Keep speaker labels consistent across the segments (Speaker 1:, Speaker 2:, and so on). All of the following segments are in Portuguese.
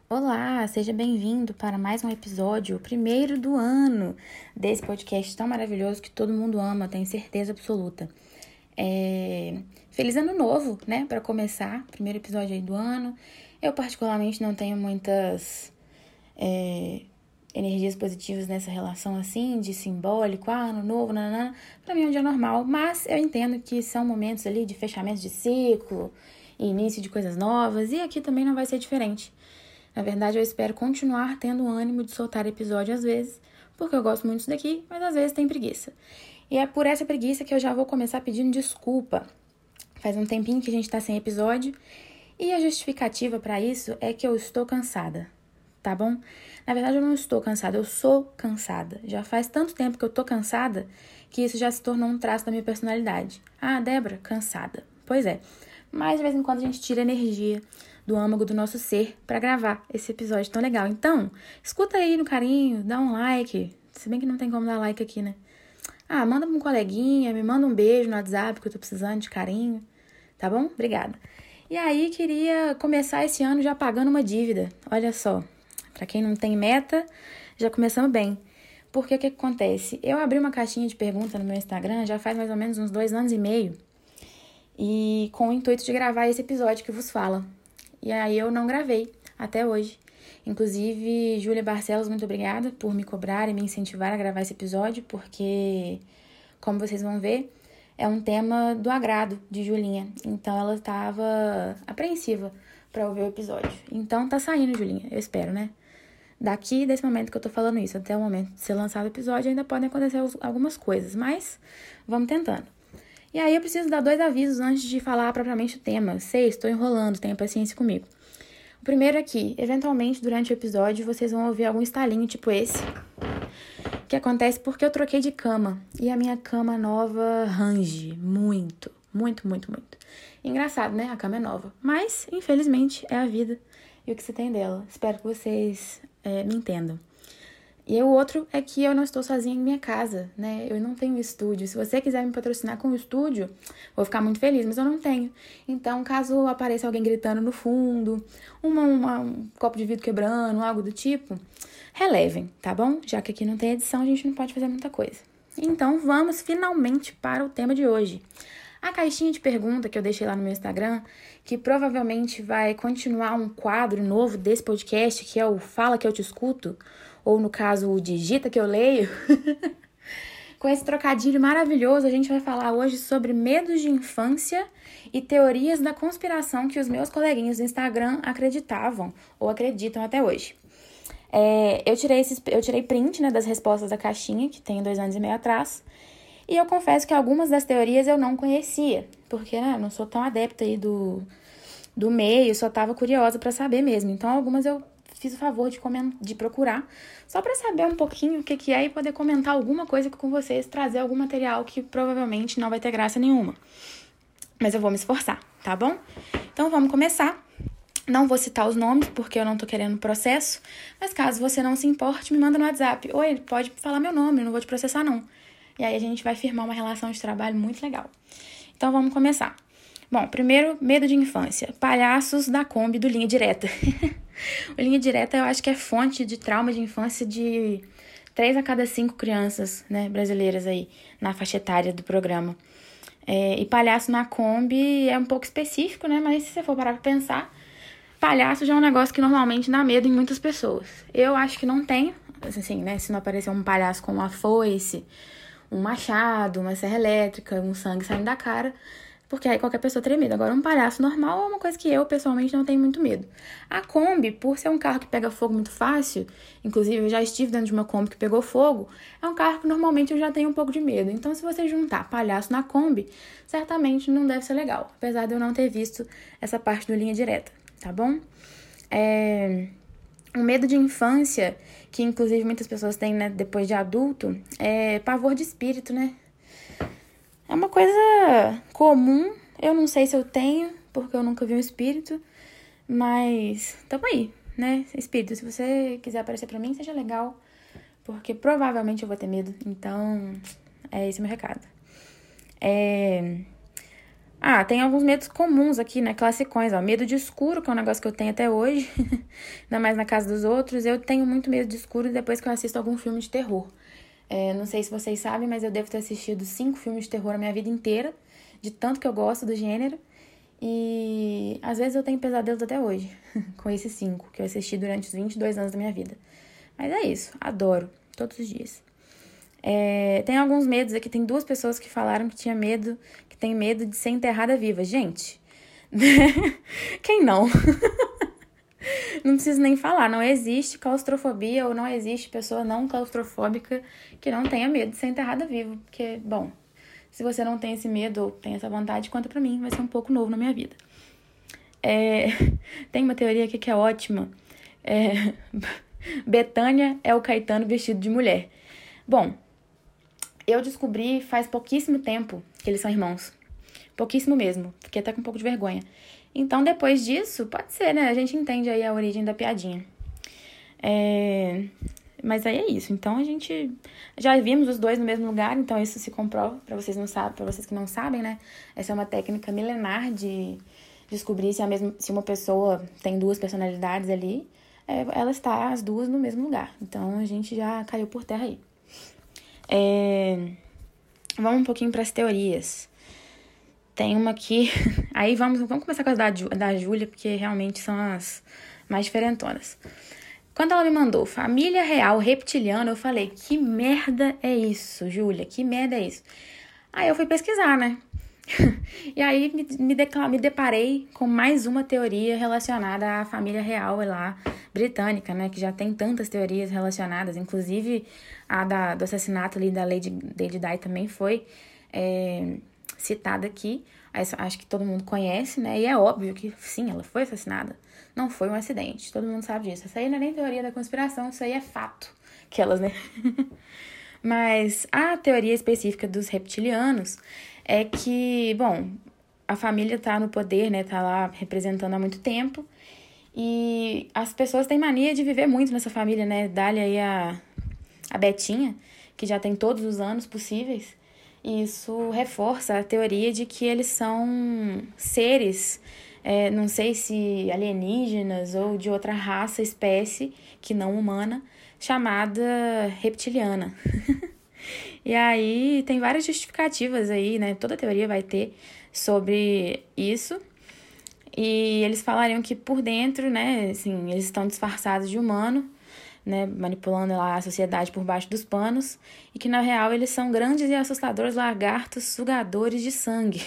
Speaker 1: Olá, seja bem-vindo para mais um episódio, o primeiro do ano desse podcast tão maravilhoso que todo mundo ama, tenho certeza absoluta. Feliz ano novo, né, para começar, primeiro episódio aí do ano. Eu particularmente não tenho muitas energias positivas nessa relação assim, de simbólico, ano novo, nanana. Para mim é um dia normal, mas eu entendo que são momentos ali de fechamento de ciclo, e início de coisas novas, e aqui também não vai ser diferente. Na verdade, eu espero continuar tendo o ânimo de soltar episódio às vezes, porque eu gosto muito disso daqui, mas às vezes tem preguiça. E é por essa preguiça que eu já vou começar pedindo desculpa. Faz um tempinho que a gente tá sem episódio, e a justificativa para isso é que eu estou cansada, tá bom? Na verdade, eu não estou cansada, eu sou cansada. Já faz tanto tempo que eu tô cansada que isso já se tornou um traço da minha personalidade. Ah, Débora, cansada. Pois é. Mas de vez em quando a gente tira energia do âmago do nosso ser para gravar esse episódio tão legal. Então, escuta aí no carinho, dá um like. Se bem que não tem como dar like aqui, né? Ah, manda pra um coleguinha, me manda um beijo no WhatsApp que eu tô precisando de carinho. Tá bom? Obrigada. E aí, queria começar esse ano já pagando uma dívida. Olha só, pra quem não tem meta, já começamos bem. Porque o que acontece? Eu abri uma caixinha de pergunta no meu Instagram já faz mais ou menos uns 2 anos e meio. E com o intuito de gravar esse episódio que vos fala. E aí eu não gravei até hoje. Inclusive, Júlia Barcelos, muito obrigada por me cobrar e me incentivar a gravar esse episódio, porque, como vocês vão ver, é um tema do agrado de Julinha. Então ela estava apreensiva para ouvir o episódio. Então tá saindo, Julinha, eu espero, né? Daqui desse momento que eu tô falando isso, até o momento de ser lançado o episódio, ainda podem acontecer algumas coisas, mas vamos tentando. E aí eu preciso dar 2 avisos antes de falar propriamente o tema. Sei, estou enrolando, tenha paciência comigo. O primeiro é que, eventualmente, durante o episódio, vocês vão ouvir algum estalinho tipo esse, que acontece porque eu troquei de cama. E a minha cama nova range muito, muito, muito, muito. Engraçado, né? A cama é nova. Mas, infelizmente, é a vida e o que se tem dela. Espero que vocês me entendam. E o outro é que eu não estou sozinha em minha casa, né? Eu não tenho estúdio. Se você quiser me patrocinar com o estúdio, vou ficar muito feliz, mas eu não tenho. Então, caso apareça alguém gritando no fundo, um copo de vidro quebrando, algo do tipo, relevem, tá bom? Já que aqui não tem edição, a gente não pode fazer muita coisa. Então, vamos finalmente para o tema de hoje. A caixinha de pergunta que eu deixei lá no meu Instagram, que provavelmente vai continuar um quadro novo desse podcast, que é o Fala que eu te escuto, ou no caso, o Digita que eu leio. Com esse trocadilho maravilhoso, a gente vai falar hoje sobre medos de infância e teorias da conspiração que os meus coleguinhas do Instagram acreditavam ou acreditam até hoje. Eu tirei print, né, das respostas da caixinha, que tem 2 anos e meio atrás, e eu confesso que algumas das teorias eu não conhecia, porque, né, eu não sou tão adepta aí do meio, só tava curiosa pra saber mesmo. Então, algumas eu fiz o favor de procurar, só pra saber um pouquinho o que é e poder comentar alguma coisa com vocês, trazer algum material que provavelmente não vai ter graça nenhuma. Mas eu vou me esforçar, tá bom? Então, vamos começar. Não vou citar os nomes, porque eu não tô querendo processo, mas caso você não se importe, me manda no WhatsApp. Oi, pode falar meu nome, eu não vou te processar, não. E aí a gente vai firmar uma relação de trabalho muito legal. Então, vamos começar. Bom, primeiro, medo de infância. Palhaços da Kombi do Linha Direta. O Linha Direta eu acho que é fonte de trauma de infância de 3 a cada 5 crianças, né, brasileiras aí, na faixa etária do programa. E palhaço na Kombi é um pouco específico, né, mas se você for parar pra pensar, palhaço já é um negócio que normalmente dá medo em muitas pessoas. Eu acho que não tenho, assim, né, se não aparecer um palhaço com uma foice, um machado, uma serra elétrica, um sangue saindo da cara, porque aí qualquer pessoa teria medo. Agora, um palhaço normal é uma coisa que eu, pessoalmente, não tenho muito medo. A Kombi, por ser um carro que pega fogo muito fácil, inclusive eu já estive dentro de uma Kombi que pegou fogo, é um carro que normalmente eu já tenho um pouco de medo. Então, se você juntar palhaço na Kombi, certamente não deve ser legal, apesar de eu não ter visto essa parte do Linha Direta, tá bom? Um medo de infância, que inclusive muitas pessoas têm, né, depois de adulto, é pavor de espírito, né? É uma coisa comum, eu não sei se eu tenho, porque eu nunca vi um espírito, mas tamo aí, né? Espírito, se você quiser aparecer pra mim, seja legal, porque provavelmente eu vou ter medo, então é esse meu recado. Ah, tem alguns medos comuns aqui, né? Classicões, ó. Medo de escuro, que é um negócio que eu tenho até hoje. Ainda mais na casa dos outros. Eu tenho muito medo de escuro depois que eu assisto algum filme de terror. Não sei se vocês sabem, mas eu devo ter assistido 5 filmes de terror a minha vida inteira. De tanto que eu gosto do gênero. E às vezes eu tenho pesadelos até hoje. Com esses 5 que eu assisti durante os 22 anos da minha vida. Mas é isso. Adoro. Todos os dias. Tem alguns medos aqui. Tem 2 pessoas que falaram que tem medo de ser enterrada viva. Gente, quem não? Não preciso nem falar. Não existe claustrofobia ou não existe pessoa não claustrofóbica que não tenha medo de ser enterrada viva. Porque, bom, se você não tem esse medo ou tem essa vontade, conta pra mim. Vai ser um pouco novo na minha vida. Tem uma teoria aqui que é ótima. Betânia é o Caetano vestido de mulher. Bom, eu descobri faz pouquíssimo tempo que eles são irmãos. Pouquíssimo mesmo. Fiquei até com um pouco de vergonha. Então, depois disso, pode ser, né? A gente entende aí a origem da piadinha. Mas aí é isso. Então, a gente já vimos os 2 no mesmo lugar, então isso se comprova. Pra vocês que não sabem, né? Essa é uma técnica milenar de descobrir se uma pessoa tem 2 personalidades ali. Ela está as 2 no mesmo lugar. Então, a gente já caiu por terra aí. Vamos um pouquinho para as teorias. Tem uma aqui. Aí vamos começar com as da Júlia, porque realmente são as mais diferentonas. Quando ela me mandou família real reptiliana, eu falei, que merda é isso, Júlia? Que merda é isso? Aí eu fui pesquisar, né? E aí me deparei com mais uma teoria relacionada à família real lá britânica, né? Que já tem tantas teorias relacionadas, inclusive a do assassinato ali da Lady Di também foi citada aqui. Acho que todo mundo conhece, né? E é óbvio que sim, ela foi assassinada. Não foi um acidente, todo mundo sabe disso. Isso aí não é nem teoria da conspiração, isso aí é fato. Aquelas, né? Mas a teoria específica dos reptilianos é que, bom, a família tá no poder, né? Tá lá representando há muito tempo. E as pessoas têm mania de viver muito nessa família, né? Dá-lhe aí a Betinha, que já tem todos os anos possíveis. E isso reforça a teoria de que eles são seres, não sei se alienígenas ou de outra raça, espécie, que não humana, chamada reptiliana. E aí tem várias justificativas aí, né? Toda teoria vai ter sobre isso. E eles falariam que por dentro, né, assim, eles estão disfarçados de humano, né, manipulando lá a sociedade por baixo dos panos, e que na real eles são grandes e assustadores lagartos sugadores de sangue.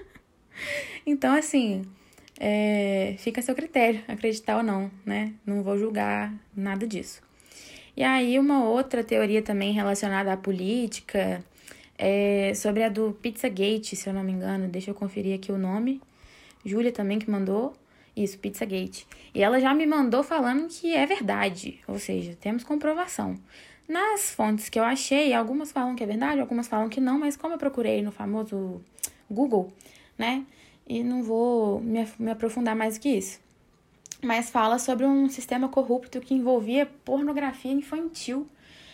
Speaker 1: Então, assim, fica a seu critério, acreditar ou não, né? Não vou julgar nada disso. E aí uma outra teoria também relacionada à política é sobre a do Pizzagate, se eu não me engano. Deixa eu conferir aqui o nome. Júlia também que mandou. Isso, Pizzagate. E ela já me mandou falando que é verdade. Ou seja, temos comprovação. Nas fontes que eu achei, algumas falam que é verdade, algumas falam que não. Mas como eu procurei no famoso Google, né? E não vou me aprofundar mais do que isso. Mas fala sobre um sistema corrupto que envolvia pornografia infantil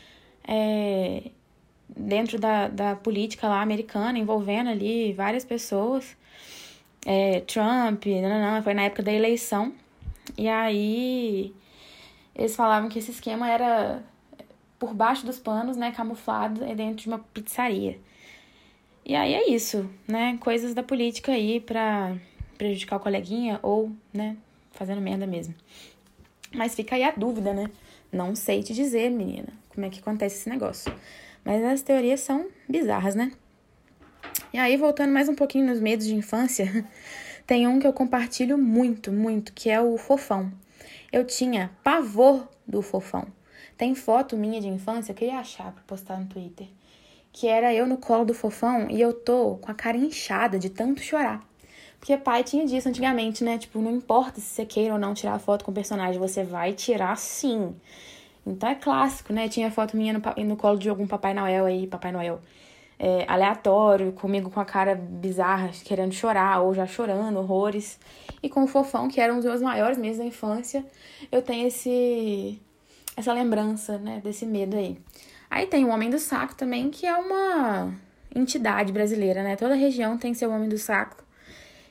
Speaker 1: dentro da política lá americana, envolvendo ali várias pessoas. Trump, foi na época da eleição. E aí eles falavam que esse esquema era por baixo dos panos, né, camuflado dentro de uma pizzaria. E aí é isso, né, coisas da política aí pra prejudicar o coleguinha ou, né, fazendo merda mesmo. Mas fica aí a dúvida, né? Não sei te dizer, menina, como é que acontece esse negócio. Mas as teorias são bizarras, né? E aí, voltando mais um pouquinho nos medos de infância, tem um que eu compartilho muito, muito, que é o fofão. Eu tinha pavor do fofão. Tem foto minha de infância, eu queria achar pra postar no Twitter, que era eu no colo do fofão e eu tô com a cara inchada de tanto chorar. Porque pai tinha disso antigamente, né? Tipo, não importa se você queira ou não tirar foto com o personagem, você vai tirar sim. Então é clássico, né? Tinha foto minha no colo de algum Papai Noel aí, Papai Noel aleatório, comigo com a cara bizarra, querendo chorar ou já chorando, horrores. E com o fofão, que era um dos meus maiores medos da infância, eu tenho essa lembrança, né? Desse medo aí. Aí tem o Homem do Saco também, que é uma entidade brasileira, né? Toda região tem seu Homem do Saco.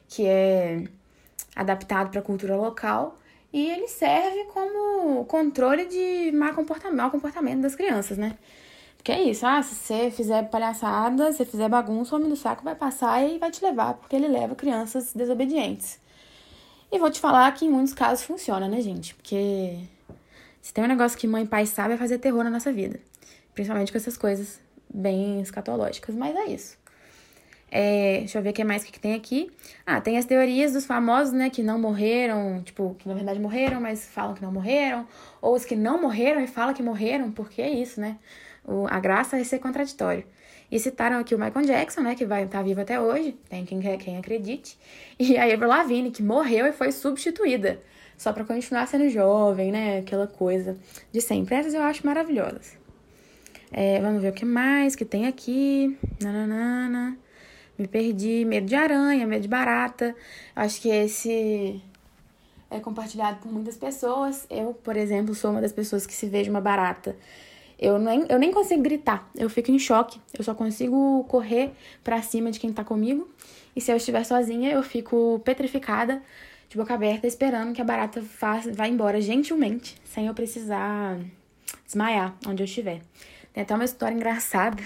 Speaker 1: que é adaptado para a cultura local, e ele serve como controle de mau comportamento das crianças, né? Porque é isso, se você fizer palhaçada, se você fizer bagunça, o homem do saco vai passar e vai te levar, porque ele leva crianças desobedientes. E vou te falar que em muitos casos funciona, né, gente? Porque se tem um negócio que mãe e pai sabe é fazer terror na nossa vida. Principalmente com essas coisas bem escatológicas, mas é isso. Deixa eu ver o que mais que tem aqui. Tem as teorias dos famosos, né, que não morreram, tipo, que na verdade morreram, mas falam que não morreram. Ou os que não morreram e falam que morreram, porque é isso, né? A graça é ser contraditório. E citaram aqui o Michael Jackson, né, que vai estar vivo até hoje, tem quem acredite. E a Avril Lavigne, que morreu e foi substituída, só pra continuar sendo jovem, né, aquela coisa de sempre. Essas eu acho maravilhosas. Vamos ver o que mais que tem aqui. Nananana. Me perdi. Medo de aranha, medo de barata. Acho que esse é compartilhado por muitas pessoas. Eu, por exemplo, sou uma das pessoas que se vejo uma barata. Eu nem consigo gritar. Eu fico em choque. Eu só consigo correr pra cima de quem tá comigo. E se eu estiver sozinha, eu fico petrificada, de boca aberta, esperando que a barata vá embora gentilmente, sem eu precisar desmaiar onde eu estiver. Tem até uma história engraçada,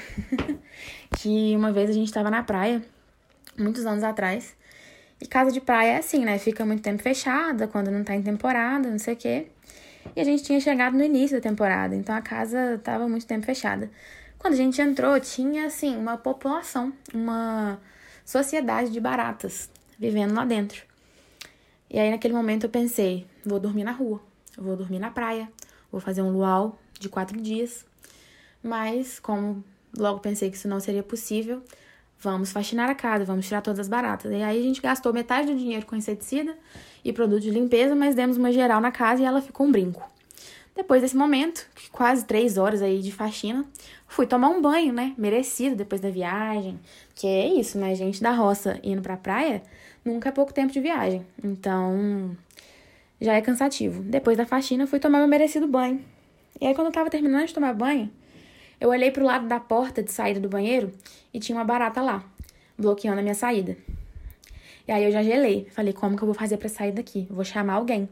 Speaker 1: que uma vez a gente tava na praia, muitos anos atrás, e casa de praia é assim, né? Fica muito tempo fechada, quando não tá em temporada, não sei o quê. E a gente tinha chegado no início da temporada, então a casa tava muito tempo fechada. Quando a gente entrou, tinha, assim, uma população, uma sociedade de baratas vivendo lá dentro. E aí, naquele momento, eu pensei, vou dormir na rua, vou dormir na praia, vou fazer um luau de 4 dias. Mas, como logo pensei que isso não seria possível, vamos faxinar a casa, vamos tirar todas as baratas. E aí a gente gastou metade do dinheiro com inseticida e produto de limpeza, mas demos uma geral na casa e ela ficou um brinco. Depois desse momento, quase 3 horas aí de faxina, fui tomar um banho, né? Merecido depois da viagem. Que é isso, né? Gente da roça indo pra praia, nunca é pouco tempo de viagem. Então, já é cansativo. Depois da faxina, fui tomar meu merecido banho. E aí, quando eu tava terminando de tomar banho, eu olhei pro lado da porta de saída do banheiro e tinha uma barata lá, bloqueando a minha saída. E aí eu já gelei. Falei, como que eu vou fazer pra sair daqui? Eu vou chamar alguém.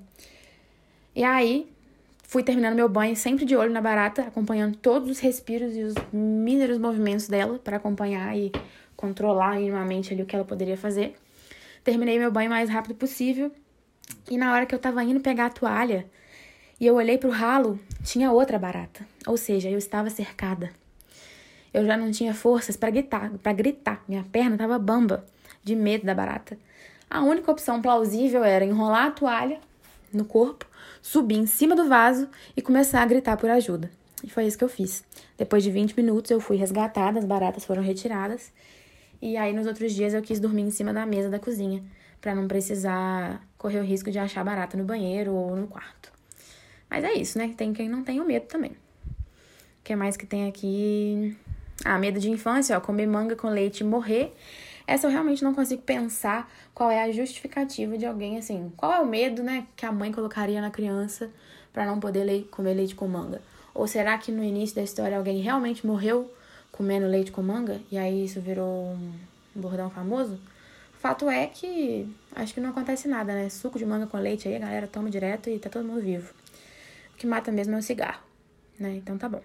Speaker 1: E aí, fui terminando meu banho, sempre de olho na barata, acompanhando todos os respiros e os míseros movimentos dela para acompanhar e controlar minimamente ali o que ela poderia fazer. Terminei meu banho o mais rápido possível. E na hora que eu tava indo pegar a toalha e eu olhei pro ralo, tinha outra barata. Ou seja, eu estava cercada. Eu já não tinha forças para gritar. Minha perna estava bamba de medo da barata. A única opção plausível era enrolar a toalha no corpo, subir em cima do vaso e começar a gritar por ajuda. E foi isso que eu fiz. Depois de 20 minutos eu fui resgatada, as baratas foram retiradas. E aí nos outros dias eu quis dormir em cima da mesa da cozinha, para não precisar correr o risco de achar barata no banheiro ou no quarto. Mas é isso, né? Tem quem não tem o medo também. O que mais que tem aqui? Medo de infância, comer manga com leite e morrer. Essa eu realmente não consigo pensar qual é a justificativa de alguém, assim, qual é o medo, né, que a mãe colocaria na criança para não poder comer leite com manga? Ou será que no início da história alguém realmente morreu comendo leite com manga e aí isso virou um bordão famoso? O fato é que acho que não acontece nada, né? Suco de manga com leite aí a galera toma direto e tá todo mundo vivo. O que mata mesmo é o cigarro, né? Então tá bom.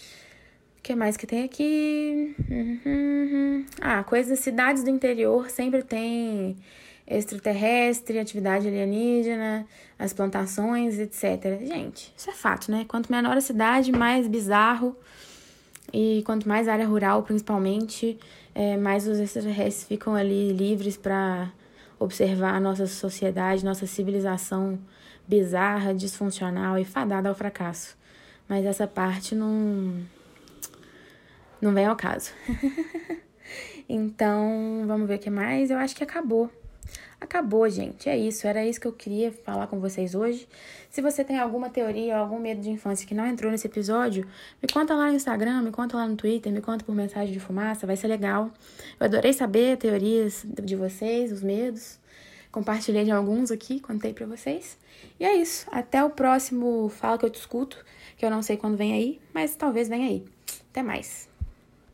Speaker 1: O que mais que tem aqui? Coisas, cidades do interior sempre tem extraterrestre, atividade alienígena, as plantações, etc. Gente, isso é fato, né? Quanto menor a cidade, mais bizarro. E quanto mais área rural, principalmente, mais os extraterrestres ficam ali livres para observar a nossa sociedade, nossa civilização bizarra, disfuncional e fadada ao fracasso. Mas essa parte não vem ao caso. Então, vamos ver o que mais. Eu acho que acabou. Acabou, gente. É isso. Era isso que eu queria falar com vocês hoje. Se você tem alguma teoria ou algum medo de infância que não entrou nesse episódio, me conta lá no Instagram, me conta lá no Twitter, me conta por mensagem de fumaça. Vai ser legal. Eu adorei saber teorias de vocês, os medos. Compartilhei de alguns aqui, contei pra vocês. E é isso. Até o próximo Fala Que Eu Te Escuto, que eu não sei quando vem aí, mas talvez venha aí. Até mais.